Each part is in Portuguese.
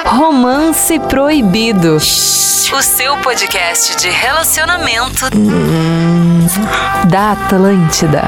Romance Proibido. O seu podcast de relacionamento da Atlântida.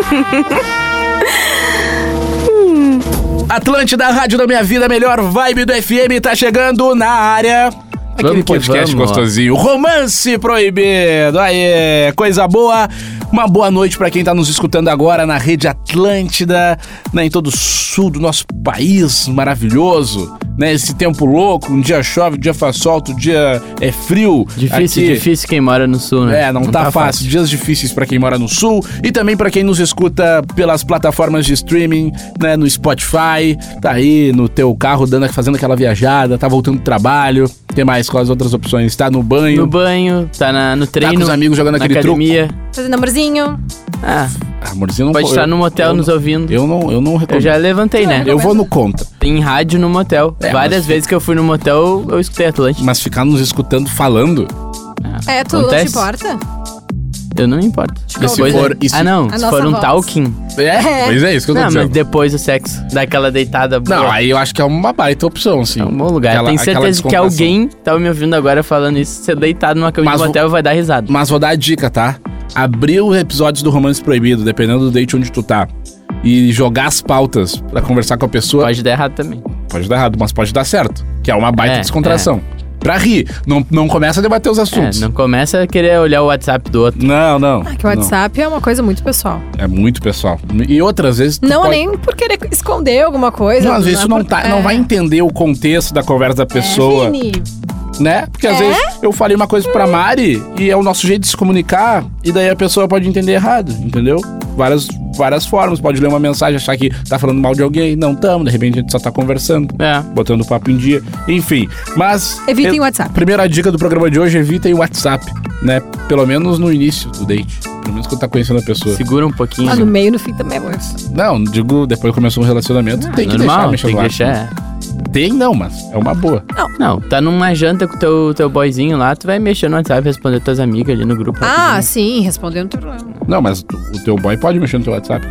Atlântida, a rádio da minha vida, melhor vibe do FM, tá chegando na área. Aquele podcast gostosinho, Romance Proibido. Aê, coisa boa. Uma boa noite pra quem tá nos escutando agora na Rede Atlântida, né, em todo o sul do nosso país maravilhoso, né? Esse tempo louco, um dia chove, um dia faz sol, outro dia é frio. Difícil quem mora no sul, né? Não tá fácil. Dias difíceis pra quem mora no sul e também pra quem nos escuta pelas plataformas de streaming, né? No Spotify, tá aí no teu carro fazendo aquela viajada, tá voltando do trabalho. Tem mais? Quais outras opções? Tá no banho? No banho, tá no treino. Tá com os amigos jogando aquele academia. truco. Fazendo amorzinho. Amorzinho não pode estar no motel nos ouvindo. Eu não recomendo. Eu já levantei, né? Eu vou no contra. Em rádio no motel. Várias vezes que eu fui no motel, eu escutei Atlântida. Mas ficar nos escutando falando... Tu não te importa? Eu não me importo. Se for um voz. talking. Pois é isso que eu tô dizendo. Mas depois do sexo, daquela deitada boa. Não, aí eu acho que é uma baita opção, assim. É um bom lugar. Tenho certeza que alguém tá me ouvindo agora falando isso. Você deitado numa cama de motel vai dar risada. Mas vou dar a dica, tá? Abrir os episódios do Romance Proibido, dependendo do date onde tu tá, e jogar as pautas pra conversar com a pessoa. Pode dar errado também. Pode dar errado, mas pode dar certo. Que é uma baita descontração. Pra rir. Não começa a debater os assuntos. Não começa a querer olhar o WhatsApp do outro. Não. Que o WhatsApp é uma coisa muito pessoal. É muito pessoal. E outras vezes... Nem por querer esconder alguma coisa. Não, às vezes tu não vai entender o contexto da conversa da pessoa. Né? Porque às vezes eu falei uma coisa pra Mari e é o nosso jeito de se comunicar e daí a pessoa pode entender errado, entendeu? Várias formas. Pode ler uma mensagem, achar que tá falando mal de alguém. Não tamo, de repente a gente só tá conversando. Botando o papo em dia. Enfim, mas... Evitem o WhatsApp. Primeira dica do programa de hoje, evitem o WhatsApp, né? Pelo menos no início do date. Pelo menos quando tá conhecendo a pessoa. Segura um pouquinho. No meio, no fim também, amor. Não, digo, depois que começou um relacionamento, tem que normal, deixar mexer no WhatsApp. Mas é uma boa. Não, tá numa janta com o teu boyzinho lá, tu vai mexer no WhatsApp, responder tuas amigas ali no grupo. Sim, responder não tem problema. Não, mas o teu boy pode mexer no teu WhatsApp?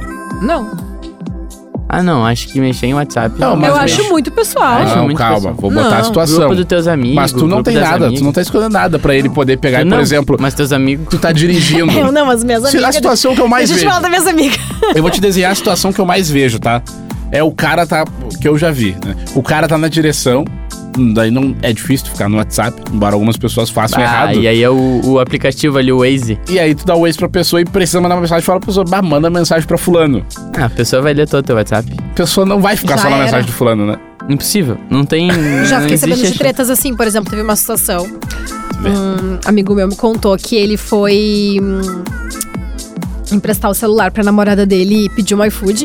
Não. Acho que mexer em WhatsApp... Eu acho muito pessoal. Calma, vou botar a situação. Grupo dos teus amigos. Mas tu não tem nada, tu não tá escolhendo nada pra ele poder pegar, por exemplo... Mas teus amigos... Tu tá dirigindo. As minhas amigas... A situação que eu mais vejo... Deixa eu falar das minhas amigas. Eu vou te desenhar a situação que eu mais vejo, tá? É o cara que eu já vi, né? O cara tá na direção, daí não é difícil ficar no WhatsApp, embora algumas pessoas façam errado. E aí é o aplicativo ali, o Waze. E aí tu dá o Waze pra pessoa e precisa mandar uma mensagem, fala pra pessoa, manda mensagem pra fulano. A pessoa vai ler todo o teu WhatsApp. A pessoa não vai ficar só na mensagem do fulano, né? Impossível, não tem... Já fiquei sabendo de tretas assim, por exemplo, teve uma situação, um amigo meu me contou que ele foi emprestar o celular pra namorada dele e pediu um iFood.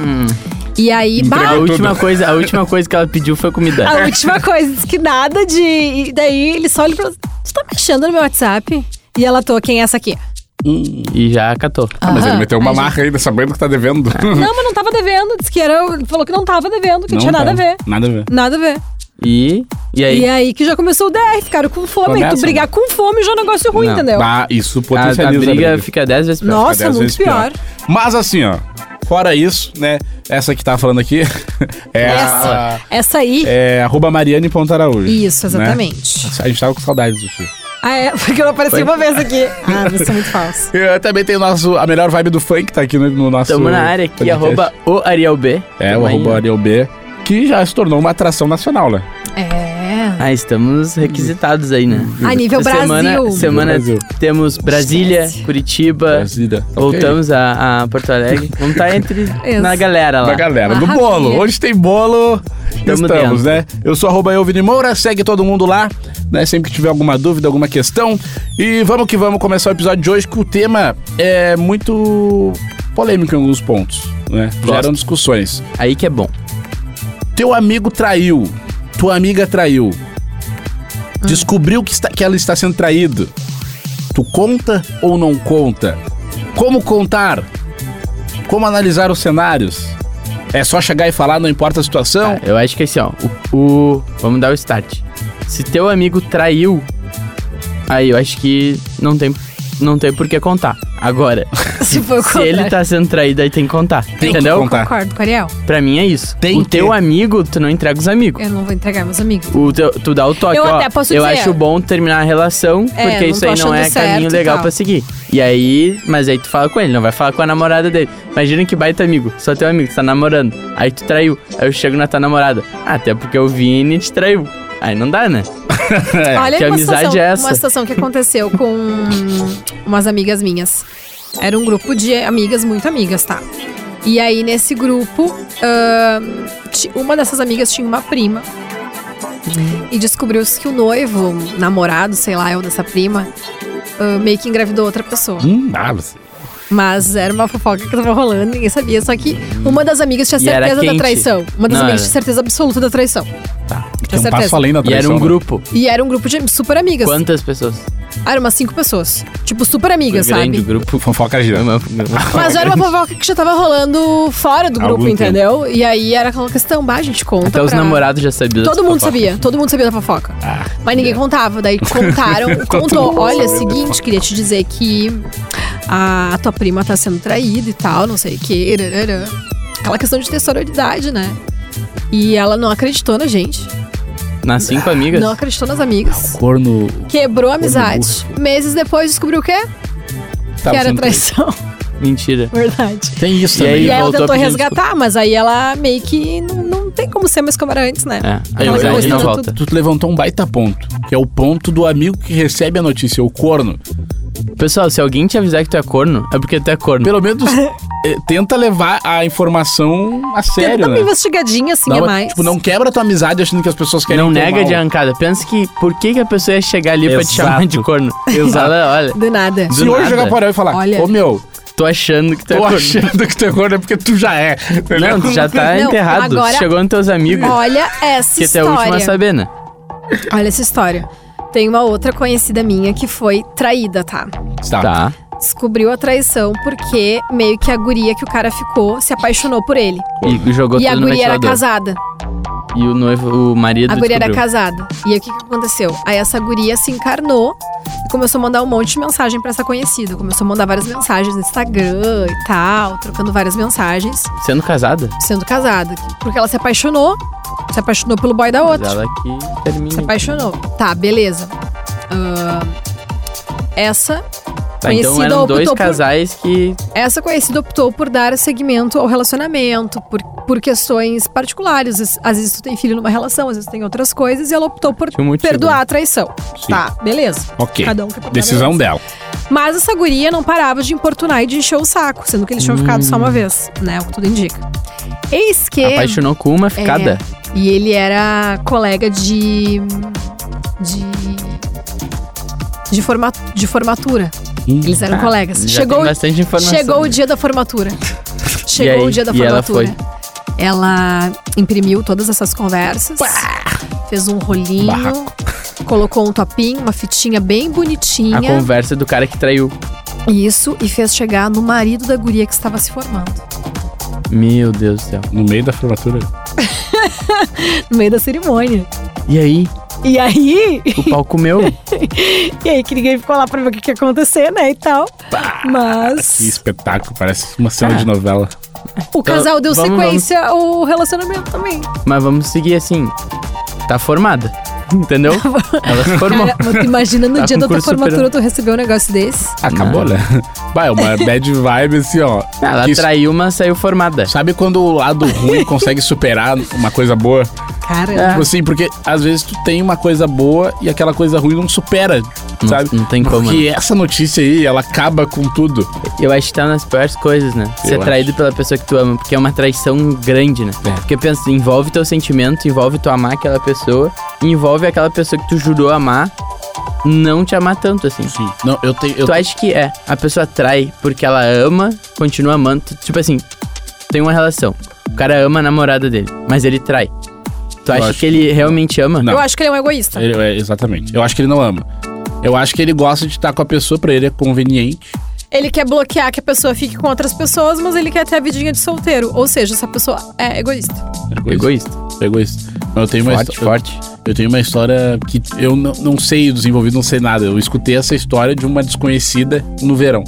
E aí, a última coisa que ela pediu foi comida. A última coisa, disse que nada de... E daí ele só olha pra ela, tu tá mexendo no meu WhatsApp? E ela, quem é essa aqui? E já catou. Mas ele meteu uma marra aí, sabendo que tá devendo. Não, mas não tava devendo, disse que falou que não tava devendo, que não tinha nada a ver. Nada a ver. E aí? E aí que já começou o DR, ficaram com fome. E tu brigar com fome já é um negócio ruim, entendeu? Isso potencializa a briga fica 10 vezes pior. Nossa, muito pior. Mas assim, fora isso, né? Essa que tá falando aqui essa aí é @mariane.araújo. Isso, exatamente. Né? A gente tava com saudades do tio. Porque eu apareci uma vez aqui. Você é muito falso. Eu também tem a melhor vibe do funk, tá aqui no nosso... Tamo na área aqui, @OArielB. O @ArielB, que já se tornou uma atração nacional, né? Estamos requisitados aí, né? A nível Semana temos Brasília, Curitiba. Voltamos a Porto Alegre. Vamos estar na galera lá. Na galera, no bolo. Onde tem bolo, estamos, né? Eu sou @EuViniMoura, segue todo mundo lá, né? Sempre que tiver alguma dúvida, alguma questão. E vamos que vamos começar o episódio de hoje, que o tema é muito polêmico em alguns pontos, né? Geram discussões. Aí que é bom. Teu amigo traiu. Tua amiga traiu. Descobriu que ela está sendo traído. Tu conta ou não conta? Como contar? Como analisar os cenários? É só chegar e falar, não importa a situação? Eu acho que assim, vamos dar o start. Se teu amigo traiu, aí eu acho que não tem por que contar. Agora, Se for o Se contrário. ele tá sendo traído, aí tem que contar. Tem que entendeu? contar. Concordo com o Ariel. Pra mim é isso. Tem o que. teu amigo, tu não entrega os amigos. Eu não vou entregar meus amigos. Tu dá o toque, Eu ó. até posso eu dizer. acho bom terminar a relação, porque não isso tô aí não é achando certo caminho e legal tal. pra seguir. E aí, mas aí tu fala com ele, não vai falar com a namorada dele. Imagina que baita amigo, só teu amigo, tu tá namorando. Aí tu traiu. Aí eu chego na tua namorada. Até porque o Vini te traiu. Aí não dá, né? Olha que uma amizade situação, é essa? uma situação que aconteceu com umas amigas minhas. Era um grupo de amigas, muito amigas, tá? E aí, nesse grupo, uma dessas amigas tinha uma prima. E descobriu-se que o noivo, namorado, sei lá, é o dessa prima, meio que engravidou outra pessoa. Mas era uma fofoca que tava rolando, ninguém sabia. Só que uma das amigas tinha E era certeza da quente. traição. Uma das Não, amigas era. tinha certeza absoluta da traição. Tá. Tinha Tem um certeza. passo além da E traição. era um né? grupo. E era um grupo de super amigas. Quantas pessoas? Eram umas 5 pessoas. Tipo, super amigas, Grande sabe? grupo. Fofoca gira. Mas era uma fofoca que já tava rolando fora do grupo, Algum entendeu? E aí era aquela questão, a gente conta Até os pra- namorados já sabiam dessa Todo mundo fofoca. sabia, todo mundo sabia da fofoca. Mas ninguém contava, daí contaram, contou. mundo Olha, sabia. seguinte, queria te dizer que a tua prima tá sendo traída e tal, não sei o que. Aquela questão de ter sororidade, né? E ela não acreditou na gente. Nas 5 amigas? Não acreditou nas amigas. Corno. Quebrou a amizade. Meses depois descobriu o quê? Tava Que era sendo traição. Mentira. Verdade. Tem isso E também. aí, E aí ela voltou tentou a pedir resgatar, mas aí ela meio que não tem como ser mais como era antes, né? É, a Aquela amizade coisa não tudo- volta. Tu levantou um baita ponto, que é o ponto do amigo que recebe a notícia, o corno. Pessoal, se alguém te avisar que tu é corno, é porque tu é corno. Pelo menos tenta levar a informação a sério, Tenta uma né? investigadinha assim Não, a mais. tipo, não quebra tua amizade achando que as pessoas querem Não teu nega mal. de arrancada. Pensa que por que a pessoa ia chegar ali pra te Exato. chamar de corno? Exato. Olha, De nada. Se do hoje nada. jogar para e falar, Olha. ô meu, tô achando que tu é tô corno. achando que tu é corno é porque tu já é. Não, tu já tá Não, enterrado. agora- Chegou nos teus amigos. Olha essa Que tu é a última a história. saber, né? Olha essa história. Tem uma outra conhecida minha que foi traída, tá? Tá. Descobriu a traição porque meio que a guria que o cara ficou se apaixonou por ele. E jogou E a tudo no guria era ventilador. casada. E o noivo, o marido A guria era descobriu. casada. E aí o que aconteceu? Aí essa guria se encarnou e começou a mandar um monte de mensagem pra essa conhecida. Começou a mandar várias mensagens no Instagram e tal, trocando várias mensagens, Sendo casada? sendo casada. Porque ela se apaixonou pelo boy da Mas outra. ela que termina. Se apaixonou. Tá, beleza. Essa Tá, então conhecida eram dois optou por- casais que... Essa conhecida optou por dar seguimento ao relacionamento, por questões particulares. Às vezes tu tem filho numa relação, às vezes tem outras coisas, e ela optou por Tinha um motivo. perdoar a traição. Sim. Tá, beleza. Ok. Cada um quer perdoar, Decisão beleza. dela. Mas essa guria não parava de importunar e de encher o saco, sendo que eles tinham ficado só uma vez, né? O que tudo indica. Eis que... Apaixonou com uma ficada. E ele era colega de formatura. Eles eram colegas. Já tem bastante informação. Chegou o dia da formatura. Chegou aí? o dia da E ela formatura. foi? Ela imprimiu todas essas conversas, fez um rolinho, Barraco. colocou um topinho, uma fitinha bem bonitinha. A conversa do cara que traiu. Isso, e fez chegar no marido da guria que estava se formando. Meu Deus do céu. No meio da formatura. No meio da cerimônia. E aí? E aí... O pau comeu? E aí que ninguém ficou lá pra ver o que ia acontecer, né, e tal. Mas Que espetáculo, parece uma cena de novela. o casal deu vamos- sequência ao relacionamento também. Mas vamos seguir assim. Tá formada. Entendeu? Ela se formou. Cara, tu imagina no Tá dia com da tua curso formatura superior. tu receber um negócio desse. Acabou, né? Vai, uma bad vibe assim, ó. Ela Que- traiu, mas saiu formada. Sabe quando o lado ruim consegue superar uma coisa boa? Cara, É. Tipo assim, porque às vezes tu tem uma coisa boa e aquela coisa ruim não supera, Não- sabe? não tem como, Porque essa notícia aí, ela acaba com tudo. Eu acho que tá nas piores coisas, né? Ser Eu traído pela pessoa que tu ama, porque é uma traição grande, né? É. Porque pensa, envolve teu sentimento, envolve tu amar aquela pessoa, e envolve aquela pessoa que tu jurou amar, não te amar tanto assim. Sim. Não, eu tenho. Tu acha que a pessoa trai porque ela ama, continua amando, tipo assim, tem uma relação, o cara ama a namorada dele, mas ele trai. Tu acha acho que ele realmente ama? Não. eu acho que ele é um egoísta. Exatamente. Eu acho que ele não ama. Eu acho que ele gosta de estar com a pessoa, pra ele é conveniente. Ele quer bloquear que a pessoa fique com outras pessoas, mas ele quer ter a vidinha de solteiro. Ou seja, essa pessoa é egoísta. Egoísta. Egoísta. Mas eu tenho uma Forte, forte. Eu tenho uma história que eu não sei o desenvolvido, não sei nada. Eu escutei essa história de uma desconhecida no verão.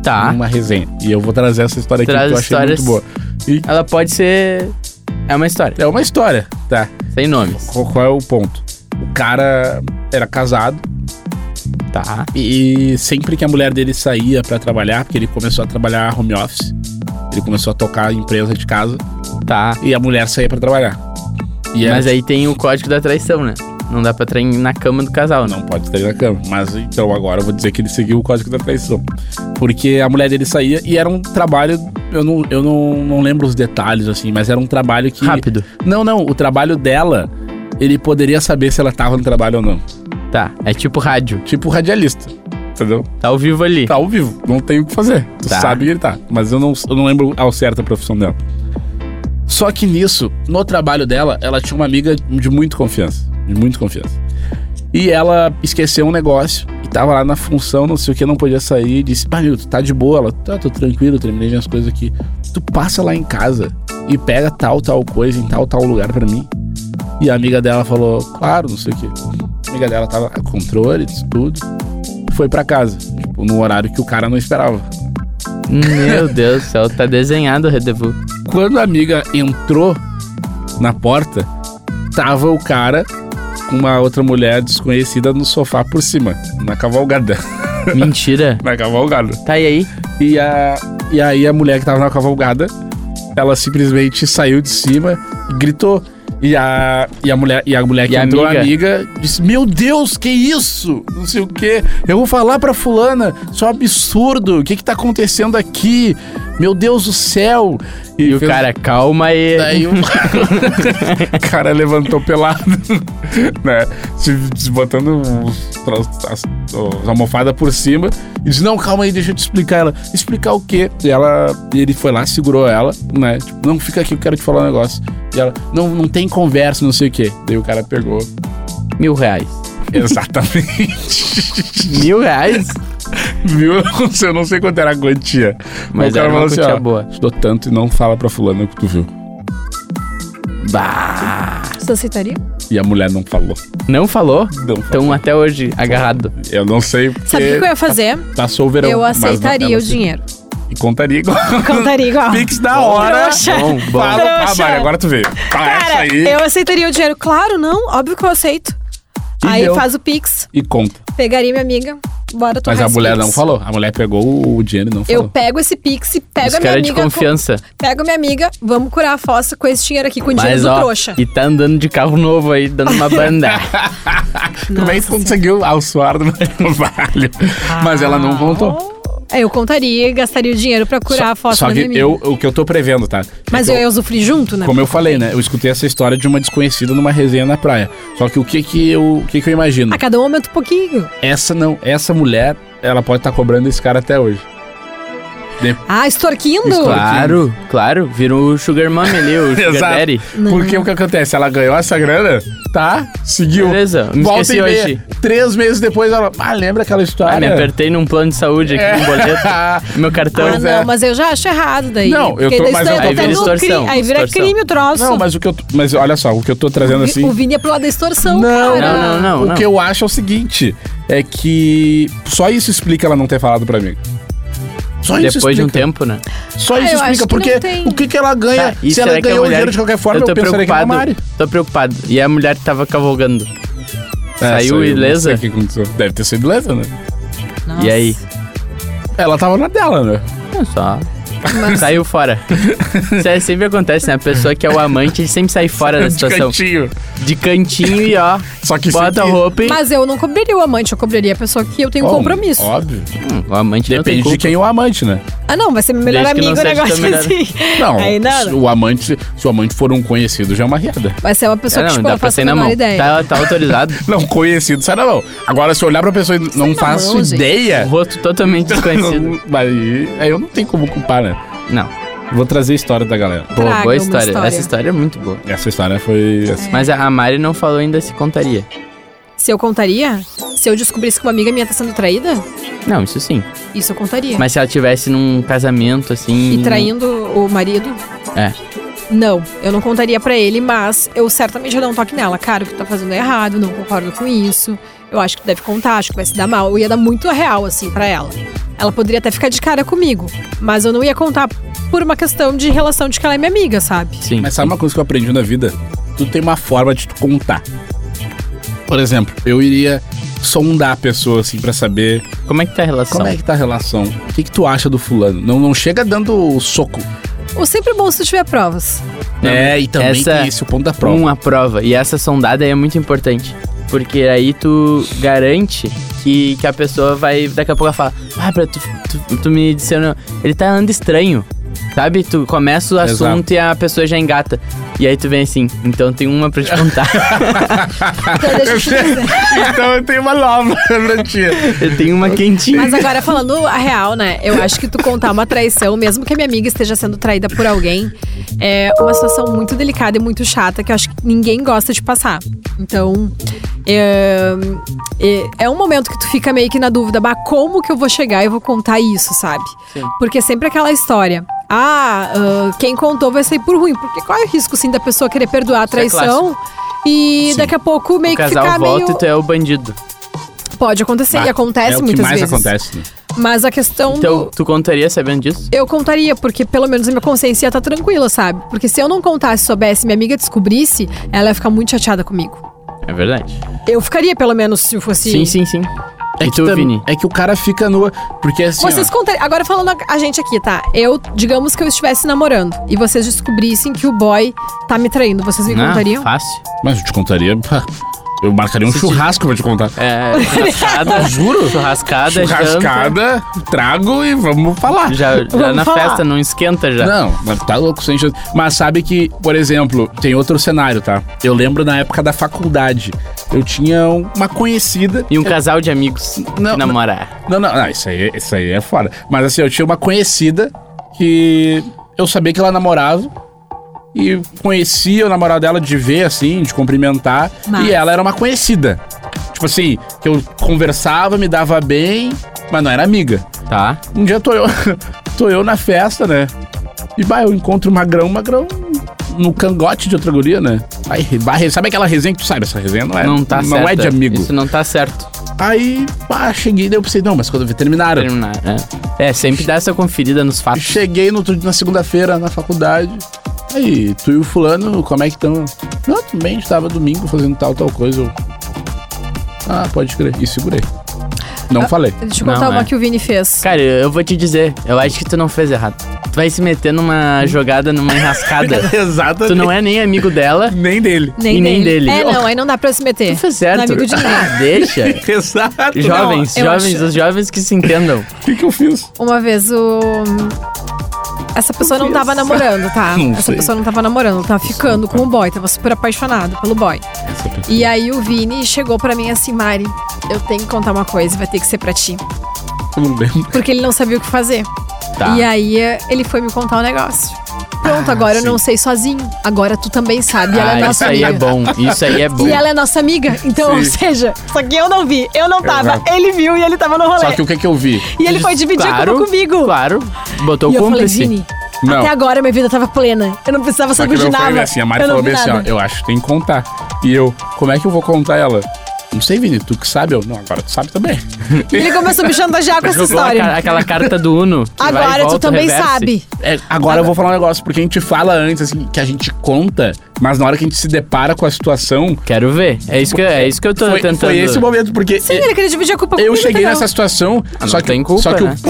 Tá. Numa resenha. E eu vou trazer essa história aqui, que eu achei muito boa. E ela pode ser... É uma história. é uma história, tá? Sem nomes. Qual é o ponto? O cara era casado Tá. e sempre que a mulher dele saía pra trabalhar, porque ele começou a trabalhar home office, ele começou a tocar a empresa de casa Tá. e a mulher saía pra trabalhar. E era, Mas aí tem o código da traição, né? Não dá pra trair na cama do casal, né? não pode estar na cama. Mas então agora eu vou dizer que ele seguiu o código da traição. Porque a mulher dele saía e era um trabalho. Eu não lembro os detalhes, assim, mas era um trabalho que. Rápido. Não, o trabalho dela, ele poderia saber se ela tava no trabalho ou não. Tá. É tipo rádio. Tipo radialista. Entendeu? Tá ao vivo ali. Tá ao vivo, não tem o que fazer. Tu Tá. sabe que ele tá. Mas eu não lembro ao certo a profissão dela. Só que nisso, no trabalho dela, ela tinha uma amiga de muita confiança. De muita confiança. E ela esqueceu um negócio e tava lá na função, não sei o que, não podia sair. Disse, tu tá de boa? Ela, tá, tô tranquilo, terminei minhas coisas aqui. Tu passa lá em casa e pega tal coisa em tal lugar pra mim. E a amiga dela falou, claro, não sei o que. A amiga dela tava com controle, tudo. Foi pra casa, tipo, no horário que o cara não esperava. Meu Deus do céu, tá desenhado o rendezvous. Quando a amiga entrou na porta, tava o cara com uma outra mulher desconhecida no sofá por cima, na cavalgada. Mentira. Na cavalgada. Tá, e aí? E aí a mulher que tava na cavalgada, ela simplesmente saiu de cima e gritou. E a mulher que entrou, a amiga, disse, meu Deus, que isso? Não sei o quê. Eu vou falar pra fulana, isso é um absurdo. O que tá acontecendo aqui? Meu Deus do céu. E o cara, calma aí. Daí o cara levantou pelado, né? Se botando as almofadas por cima. E disse, não, calma aí, deixa eu te explicar. Ela, explicar o quê? E ele foi lá, segurou ela, né? Tipo, não, fica aqui, eu quero te falar um negócio. E ela, não tem conversa, não sei o quê. Daí o cara pegou. R$1.000. Exatamente. R$1.000? Viu? Eu não sei quanto era a quantia. Mas o cara era uma falou quantia assim, boa. Te dou tanto e não fala pra fulana o que tu viu. Bah. Você aceitaria? E a mulher não falou. Não falou? Não falou. Então até hoje, agarrado. Eu não sei porque... Sabe o que eu ia fazer? Passou o verão. Eu mas não- aceitaria ela o dinheiro. E contaria igual. Contaria igual. Pix da hora. Trouxa. Bom. Trouxa. Mari, agora tu veio. Tá, essa Cara, aí. eu aceitaria o dinheiro. Claro, não. Óbvio que eu aceito. E Aí deu. faz o Pix. E conta. Pegaria minha amiga. Bora tocar Mas a esse mulher Pix. não falou. A mulher pegou o dinheiro e não Eu falou. pego esse Pix e pego Os a minha caras de amiga. confiança. Pego a minha amiga, vamos curar a fossa com esse dinheiro aqui, com o dinheiro Mas do ó, trouxa. e tá andando de carro novo aí, dando uma banda. Como é que tu conseguiu ao suar do meu trabalho? Mas ela não contou. Eu contaria e gastaria o dinheiro pra curar a fossa Só da que minha amiga. o que eu tô prevendo, tá? Mas É que eu sofri junto, né? Como eu falei, né? Eu escutei essa história de uma desconhecida numa resenha na praia. Só que o que eu imagino? A cada um aumenta um pouquinho. Essa mulher, ela pode estar cobrando esse cara até hoje. Ah, extorquindo? Claro. Vira o Sugar Mommy ali, o Sugar Exato. Daddy. Porque o que acontece? Ela ganhou essa grana, tá? Seguiu. Beleza, me Volta esqueci e meia. hoje. 3 meses depois ela... lembra aquela história? Me apertei num plano de saúde aqui, no boleto, meu cartão. Ah, não, mas eu já acho errado daí. Não, eu Porque tô- daí mas isso eu tô- daí Aí vira no extorsão, Aí vira extorsão. crime o troço. Não, mas olha só, o que eu tô trazendo assim... O Vini é pro lado da extorsão, Não, cara. não. O que eu acho é o seguinte, é que só isso explica ela não ter falado pra mim. Só isso Depois de um explica. tempo, né? Só isso eu acho explica, que porque não tem. o que ela ganha, E se ela será que a ganhou o mulher- dinheiro de qualquer forma, eu pensaria que era a Mari. Tô preocupado. E a mulher que tava cavalgando. Saiu Essa aí eu ilesa? não sei o que aconteceu. Deve ter sido ilesa, né? Nossa. E aí? Ela tava na dela, né? Não, só. Saiu fora. Isso sempre acontece, né? A pessoa que é o amante, ele sempre sai fora da De situação. cantinho. De cantinho e ó. Só que Bota a sempre- roupa e. Mas eu não cobraria o amante, eu cobraria a pessoa que eu tenho um Bom, compromisso. Óbvio. O amante não tem Depende de culpa. quem é o amante, né? Ah, não, vai ser meu melhor Desde que amigo não o seja negócio teu melhor- assim. Não, Aí nada. se o amante for um conhecido, já é uma riada. Vai ser uma pessoa que, Não, tipo, dá eu pra faço sair a na menor mão. ideia. Tá autorizado. Não, conhecido, sai na mão. Agora, se eu olhar pra pessoa e não na faço mão, gente. ideia... Rosto totalmente desconhecido. Aí eu não tenho como culpar, né? Não. Vou trazer a história da galera. Boa, Traga boa uma história. história. Essa história é muito boa. Essa história foi... assim. Mas a Mari não falou ainda se contaria. Se eu contaria? Se eu descobrisse que uma amiga minha tá sendo traída? Não, isso sim. Isso eu contaria. Mas se ela tivesse num casamento assim. E traindo o marido? É. Não, eu não contaria pra ele, mas eu certamente ia dar um toque nela. Cara, o que tu tá fazendo é errado, não concordo com isso. Eu acho que tu deve contar, acho que vai se dar mal. Eu ia dar muito real, assim, pra ela. Ela poderia até ficar de cara comigo, mas eu não ia contar por uma questão de relação de que ela é minha amiga, sabe? Sim. Mas sabe uma coisa que eu aprendi na vida? Tu tem uma forma de tu contar. Por exemplo, eu iria sondar a pessoa, assim, pra saber... Como é que tá a relação? Como é que tá a relação? O que tu acha do fulano? Não chega dando soco. O sempre bom se tu tiver provas. E também tem esse o ponto da prova. Uma prova. E essa sondada aí é muito importante. Porque aí tu garante que a pessoa vai... Daqui a pouco ela fala... tu me disse... Ele tá andando estranho. Sabe? Tu começa o assunto e a pessoa já engata. E aí tu vem assim, então tem uma pra te contar. Então eu tenho uma nova pra ti. Eu tenho uma quentinha. Mas agora falando a real, né? Eu acho que tu contar uma traição, mesmo que a minha amiga esteja sendo traída por alguém, é uma situação muito delicada e muito chata que eu acho que ninguém gosta de passar. Então, é um momento que tu fica meio que na dúvida, como que eu vou chegar e vou contar isso, sabe? Sim. Porque sempre aquela história... quem contou vai sair por ruim. Porque qual é o risco, assim, da pessoa querer perdoar a traição e daqui a pouco meio que ficar meio... O casal volta e tu é o bandido. Pode acontecer, e acontece muitas vezes. É o que mais acontece, né? Mas a questão Então, tu contaria sabendo disso? Eu contaria, porque pelo menos a minha consciência ia estar tranquila, sabe? Porque se eu não contasse, soubesse, minha amiga descobrisse, ela ia ficar muito chateada comigo. É verdade. Eu ficaria, pelo menos, se fosse... Sim. É que, Vini? É que o cara fica no... Porque assim, vocês contariam... Agora falando a gente aqui, tá? Digamos que eu estivesse namorando e vocês descobrissem que o boy tá me traindo. Vocês me contariam? Fácil. Mas eu te contaria... Eu marcaria um churrasco pra te contar. Churrascada. Juro? Churrascada, trago e vamos falar. Já na festa, não esquenta já. Não, mas tá louco, sem chance. Mas sabe que, por exemplo, tem outro cenário, tá? Eu lembro na época da faculdade. Eu tinha uma conhecida... E um casal de amigos que namorar. Não, isso aí é foda. Mas assim, eu tinha uma conhecida que eu sabia que ela namorava. E conhecia o namorado dela de ver, assim, de cumprimentar. E ela era uma conhecida. Tipo assim, que eu conversava, me dava bem, mas não era amiga. Tá. Um dia tô eu na festa, né? E eu encontro o magrão no cangote de outra guria, né? Aí, sabe aquela resenha que tu sabe? Essa resenha não é de amigo. Isso não tá certo. Aí, cheguei, daí eu pensei, não, mas quando eu vi, terminaram. Sempre dá essa conferida nos fatos. Cheguei na segunda-feira na faculdade. Aí, tu e o fulano, como é que estão? Não, tudo bem, a gente tava domingo fazendo tal coisa. Pode crer. E segurei. Não falei. Deixa eu contar uma que o Vini fez. Cara, eu vou te dizer, eu acho que tu não fez errado. Tu vai se meter numa jogada, numa enrascada. Exatamente. Tu não é nem amigo dela. Nem dele. Nem dele. Aí não dá pra se meter. Tu fez certo. Não é amigo de ninguém. Deixa. Exato. Os jovens que se entendam. O que eu fiz? Uma vez essa pessoa não tava namorando, tá? Essa pessoa não tava namorando, tava ficando com o boy, tava super apaixonado pelo boy. E aí o Vini chegou pra mim assim, Mari, eu tenho que contar uma coisa, vai ter que ser pra ti. Eu não lembro. Porque ele não sabia o que fazer. Tá. E aí ele foi me contar um negócio. Pronto, agora eu não sei sozinho. Agora tu também sabe. Ela é nossa amiga. Isso aí é bom. E ela é nossa amiga. Então, ou seja, só que eu não vi. Eu não tava. Exato. Ele viu e ele tava no rolê. Só que o que eu vi? E ele foi dividir a culpa comigo. Claro. Botou o cúmplice. Vini, até agora minha vida tava plena. Eu não precisava saber de nada. Assim, a Mari falou bem assim, eu acho que tem que contar. E eu, como é que eu vou contar ela? Não sei, Vini, tu que sabe? Não, agora tu sabe também. Ele começou a me chantagear com essa história. Aquela carta do Uno. Agora tu também sabe. Agora eu vou falar um negócio, porque a gente fala antes, assim, que a gente conta, mas na hora que a gente se depara com a situação... Quero ver. É isso que eu tô tentando. Foi esse o momento, porque... Sim, ele queria dividir a culpa comigo. Eu cheguei nessa situação, só que tem culpa,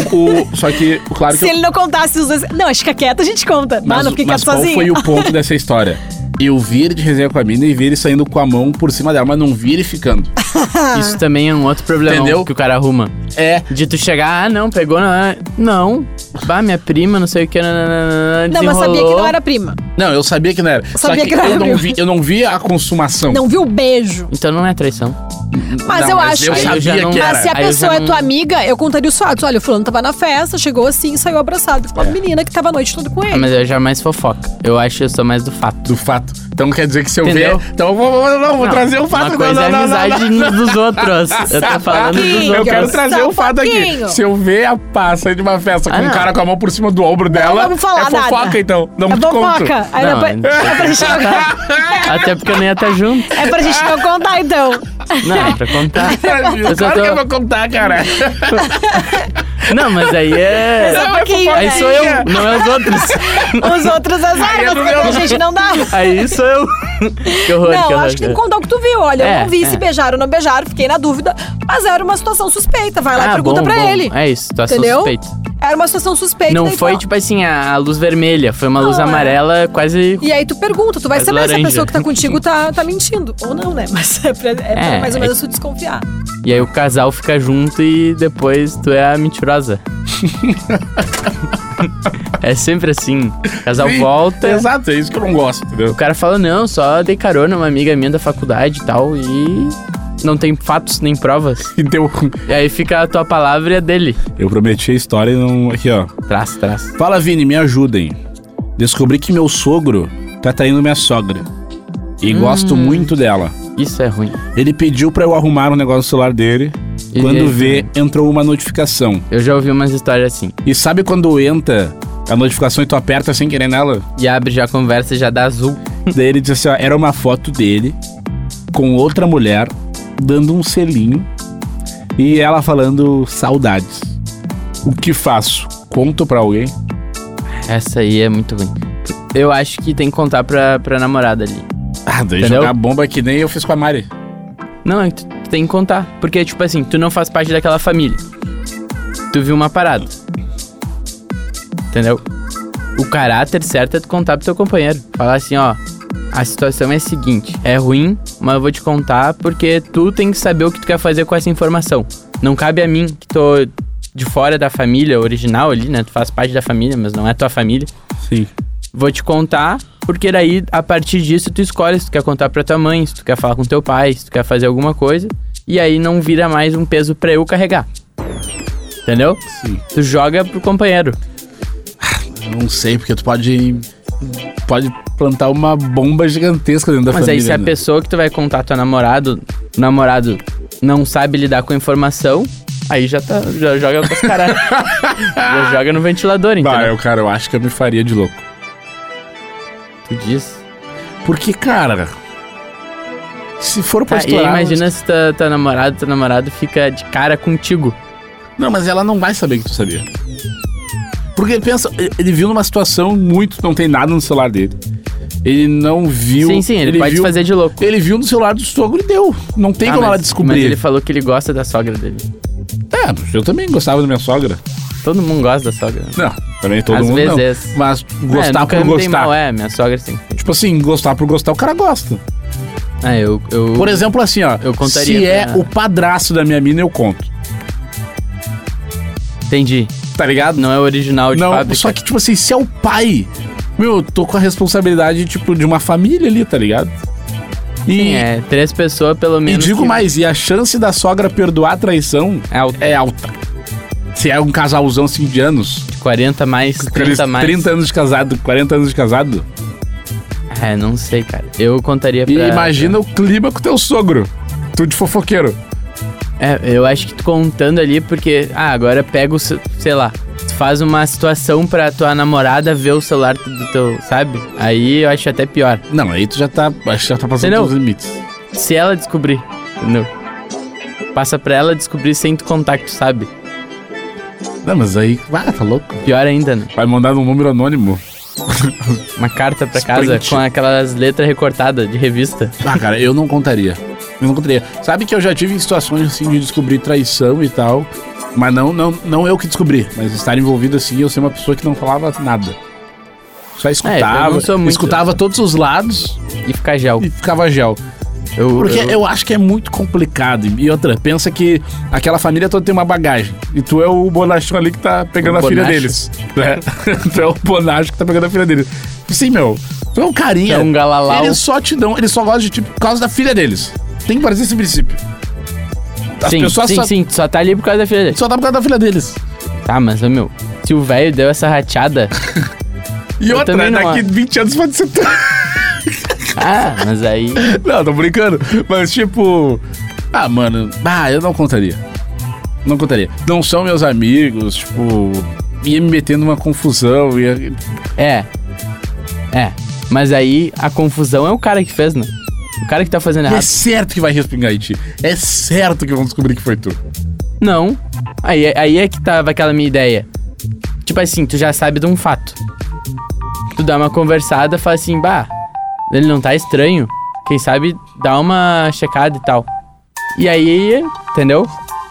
claro que... Se ele não contasse os dois... Não, fica quieto, a gente conta. Não fiquei quieto sozinho. Mas qual foi o ponto dessa história? Eu vi ele de resenha com a mina e vi ele saindo com a mão por cima dela, mas não vi ele ficando. Isso também é um outro problema que o cara arruma. De tu chegar, não, pegou, não. Minha prima, não sei o que, não, mas sabia que não era prima. Não, eu sabia que não era. Só que eu não vi a consumação. Não vi o beijo. Então não é traição. Mas eu acho que... Mas se a pessoa é tua amiga, eu contaria os fatos. Olha, o fulano tava na festa, chegou assim e saiu abraçado com uma menina que tava a noite toda com ele. Mas eu jamais fofoca. Eu acho que eu sou mais do fato. Do fato. Então quer dizer que se eu ver... Então eu vou trazer o fato. Uma coisa é a amizade dos outros. Eu tô falando dos outros. Eu quero trazer o fato aqui. Se eu ver a passa de uma festa com um cara com a mão por cima do ombro dela, não vamos falar é fofoca nada. Então. Não te conto. É pra gente não... Até porque eu nem ia estar junto. É pra gente não contar, então. Não, é pra contar. Claro que eu vou contar, cara. Não, mas aí é... Só um pouquinho, Aí né? sou eu, não é os outros. Os outros azar, mas quando a gente não dá. Aí sou eu. Que horror, Não, que horror. acho que tem que contar o que tu viu. Olha, eu É, não vi é. se beijaram ou não beijaram, fiquei na dúvida. Mas era uma situação suspeita. Vai lá e pergunta pra ele. É isso, situação Entendeu? suspeita. Era uma situação suspeita. Não daí tu foi, fala- tipo assim, a luz vermelha. Foi uma luz Não, é. amarela quase... E aí tu pergunta, tu vai Mas saber se a laranja. pessoa que tá contigo tá mentindo. Ou não, né? Mas é pra mais ou menos tu desconfiar. E aí o casal fica junto e depois tu é a mentirosa. É sempre assim. O casal Sim, volta... Exato, é isso que eu não gosto, entendeu? O cara fala, não, só dei carona uma amiga minha da faculdade e tal, e não tem fatos nem provas. Então, E aí fica a tua palavra e a dele. eu prometi a história e não... Aqui, ó. Traz. Fala, Vini, me ajudem. Descobri que meu sogro tá traindo minha sogra. E gosto muito dela. Isso é ruim. Ele pediu pra eu arrumar um negócio no celular dele. E Quando aí? vê, entrou uma notificação. Eu já ouvi umas histórias assim. E sabe quando entra a notificação e tu aperta sem querer nela? E abre já a conversa e já dá azul. Daí ele disse assim, ó, era uma foto dele com outra mulher dando um selinho e ela falando saudades. O que faço? Conto pra alguém? Essa aí é muito ruim. Eu acho que tem que contar pra namorada ali. Ah, daí Entendeu? jogar bomba que nem eu fiz com a Mari. Não, é que tu tem que contar. Porque, tipo assim, tu não faz parte daquela família. Tu viu uma parada. Entendeu? O caráter certo é tu contar pro teu companheiro. Falar assim, ó, a situação é a seguinte, é ruim, mas eu vou te contar porque tu tem que saber o que tu quer fazer com essa informação. Não cabe a mim, que tô de fora da família original ali, né? Tu faz parte da família, mas não é tua família. Sim. Vou te contar, porque daí, a partir disso, tu escolhe se tu quer contar pra tua mãe, se tu quer falar com teu pai, se tu quer fazer alguma coisa. E aí não vira mais um peso pra eu carregar. Entendeu? Sim. Tu joga pro companheiro. Não sei, porque tu pode plantar uma bomba gigantesca dentro da Mas família. aí se a né? pessoa que tu vai contar teu namorado, o namorado não sabe lidar com a informação, aí já joga com os caras. Já joga no ventilador, entendeu? Eu acho que eu me faria de louco. Tu diz. Porque, cara, se for pra E aí estourar... imagina se teu namorado fica de cara contigo. Não, mas ela não vai saber que tu sabia. Porque pensa, ele viu numa situação muito... Não tem nada no celular dele. Ele não viu... Sim, ele pode viu, fazer de louco. Ele viu no celular do sogro e deu. Não tem como ela descobrir. Mas ele falou que ele gosta da sogra dele. É, eu também gostava da minha sogra. Todo mundo gosta da sogra. Não, também todo Às mundo vezes. não. Mas gostar nunca por me dei gostar. mal, minha sogra sim. Tipo assim, gostar por gostar, o cara gosta. Eu Por exemplo, assim, ó. Eu contaria se é pra- o padrasto da minha mina, eu conto. entendi. Tá ligado? Não é original de Não, fábrica. só que, tipo assim, se é o pai... Meu, eu tô com a responsabilidade, tipo, de uma família ali, tá ligado? Sim, 3 pessoas pelo E menos. digo que- mais, e a chance da sogra perdoar a traição É alto. é alta. Se é um casalzão assim de anos, 40 mais, 30 aqueles mais. 30 anos de casado, 40 anos de casado, Não sei, cara. Eu contaria pra... e imagina o clima com o teu sogro. Tu de fofoqueiro. Eu acho que tu contando ali, porque... agora pega o... Sei lá. Tu faz uma situação pra tua namorada ver o celular do teu... Sabe? Aí eu acho até pior. Não, aí tu já tá, acho que já tá passando Entendeu? dos limites. Se ela descobrir, entendeu? Passa pra ela descobrir sem tu contar que tu sabe. Não, mas aí, tá louco. Pior ainda, né? Vai mandar num número anônimo. Uma carta pra casa Sprint. com aquelas letras recortadas de revista. Ah, cara, eu não contaria. Eu não contaria. Sabe que eu já tive situações assim de descobrir traição e tal, mas não eu que descobri, mas estar envolvido assim, eu ser uma pessoa que não falava nada. Só eu escutava, não sou muito- escutava todos os lados E ficar gel. e ficava gel. Porque eu acho que é muito complicado. E outra, pensa que aquela família toda tem uma bagagem. E tu é o bonachão ali que tá pegando O a filha bonacho? deles. Né? Tu é o bonacho que tá pegando a filha deles. Sim, meu, tu é um carinha. É um galalau. Eles só te dão, eles só gostam de ti por causa da filha deles. Tem que parecer esse princípio. As pessoas sim, só tá ali por causa da filha dele. só dá por causa da filha deles. Tá, mas, meu, se o velho deu essa rateada... E Eu outra, também não daqui 20 anos pode ser tu. mas aí... Não, tô brincando. Mas tipo. Mano. Eu não contaria. Não contaria. Não são meus amigos, tipo. Ia me metendo numa confusão. Mas aí a confusão é o cara que fez, né? O cara que tá fazendo E é errado. certo que vai respingar em ti. É certo que vão descobrir que foi tu. Não. Aí é que tava aquela minha ideia. Tipo assim, tu já sabe de um fato. Tu dá uma conversada, fala assim, ele não tá estranho. Quem sabe dá uma checada e tal. E aí, entendeu?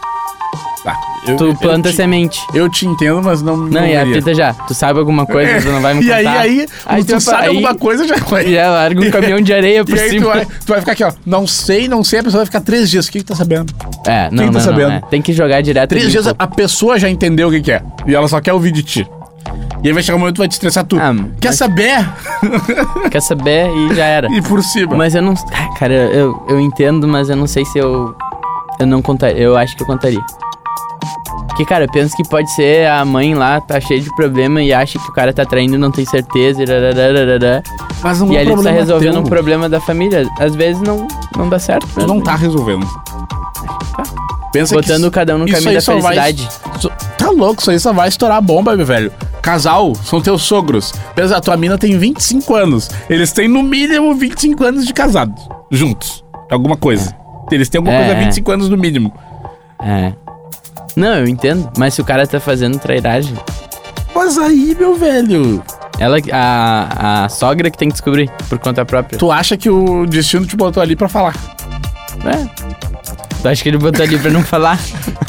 Tu planta semente. Eu te entendo, mas não... Não, e a fita já. Tu sabe alguma coisa, tu não vai me contar. E aí tu sabe alguma coisa, já vai. Já larga um caminhão de areia por cima. E aí tu vai ficar aqui, ó. Não sei, a pessoa vai ficar 3 dias. O que tá sabendo? Não tá sabendo? Tem que jogar direto. 3 dias a pessoa já entendeu o que é. E ela só quer ouvir de ti. E aí vai chegar um momento que vai te estressar tu. Quer saber? Quer saber e já era. E por cima. Mas eu não... Cara, eu entendo, mas eu não sei se eu não contaria. Eu acho que eu contaria. Porque, cara, eu penso que pode ser a mãe lá, tá cheia de problema e acha que o cara tá traindo e não tem certeza. Mas não e é aí ele tá resolvendo um problema da família. Às vezes não dá certo. Tu não tá resolvendo. Pensa botando que cada um no caminho da felicidade. Tá louco, isso aí só vai estourar a bomba, meu velho. Casal, são teus sogros. Pensa, a tua mina tem 25 anos. Eles têm no mínimo 25 anos de casados. Juntos. Alguma coisa. Eles têm alguma coisa há 25 anos no mínimo. Não, eu entendo. Mas se o cara tá fazendo trairagem... Mas aí, meu velho... A sogra que tem que descobrir por conta própria. Tu acha que o destino te botou ali pra falar? Tu acha que ele botou ali pra não falar?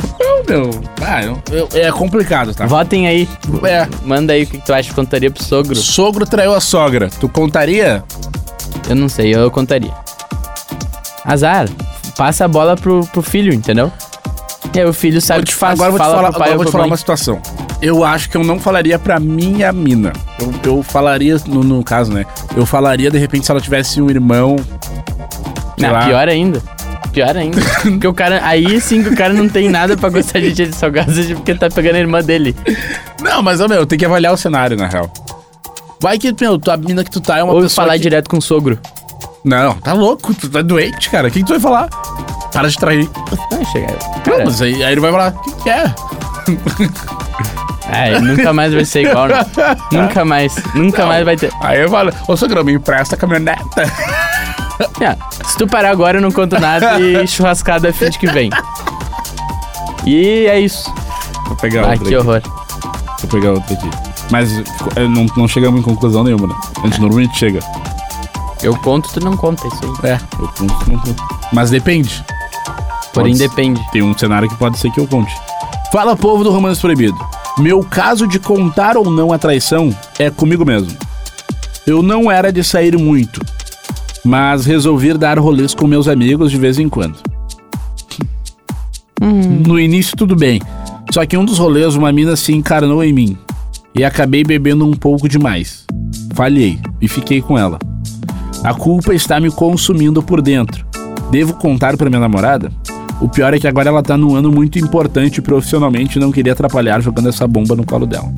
É complicado, tá? Votem aí. Manda aí o que tu acha que contaria pro sogro. Sogro traiu a sogra. Tu contaria? Eu não sei, eu contaria. Azar. Passa a bola pro filho, entendeu? E aí o filho sabe o que faz. Agora eu vou te falar uma situação. Eu acho que eu não falaria pra minha mina. Eu falaria, no caso, né? Eu falaria, de repente, se ela tivesse um irmão... Pior ainda. Porque o cara... Aí sim que o cara não tem nada pra gostar de gente salgada, porque ele tá pegando a irmã dele. Não, mas, meu, tem que avaliar o cenário, na real. Vai que, tua mina que tu tá é uma pessoa... Ou falar direto com o sogro. Não, tá louco. Tu tá doente, cara. O que tu vai falar? Para de trair. Não, mas aí ele vai falar, o que é? Nunca mais vai ser igual, né? Nunca mais vai ter. Aí eu falo, ô sogrão, me empresta a caminhoneta. Se tu parar agora eu não conto nada e churrascada fim de que vem. E é isso. Vou pegar outra que horror. Vou pegar outra aqui. Mas não chegamos em conclusão nenhuma, né? A gente normalmente chega. Eu conto, tu não conta, isso aí. Eu conto, tu não conta. Mas depende. Porém depende. Tem um cenário que pode ser que eu conte. Fala, povo do Romance Proibido. Meu caso de contar ou não a traição é comigo mesmo. Eu não era de sair muito, mas resolvi dar rolês com meus amigos de vez em quando. No início tudo bem, só que em um dos rolês uma mina se encarnou em mim e acabei bebendo um pouco demais. Falhei e fiquei com ela. A culpa está me consumindo por dentro. Devo contar pra minha namorada? O pior é que agora ela tá num ano muito importante profissionalmente e não queria atrapalhar jogando essa bomba no colo dela.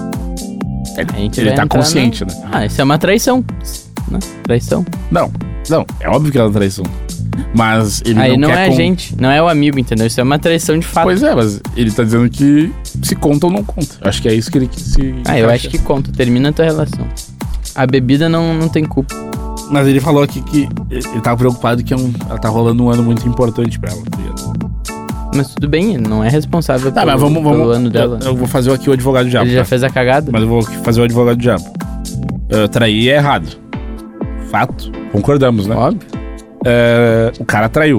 Ele tá consciente, né? Isso é uma traição. Né? Traição? Não, é óbvio que ela é traição. Mas ele aí não é a gente, não é o amigo, entendeu? Isso é uma traição de fato. Pois é, mas ele tá dizendo que se conta ou não conta. Acho que é isso que ele se... eu acho que conta. Termina a tua relação. A bebida não tem culpa. Mas ele falou aqui que ele tava preocupado que ela tá rolando um ano muito importante pra ela. Mas tudo bem, ele não é responsável pelo ano dela. Eu vou fazer aqui o advogado do diabo. Ele já fez a cagada? Mas eu vou fazer o advogado do diabo. Trair é errado. Fato. Concordamos, né? Óbvio. O cara traiu.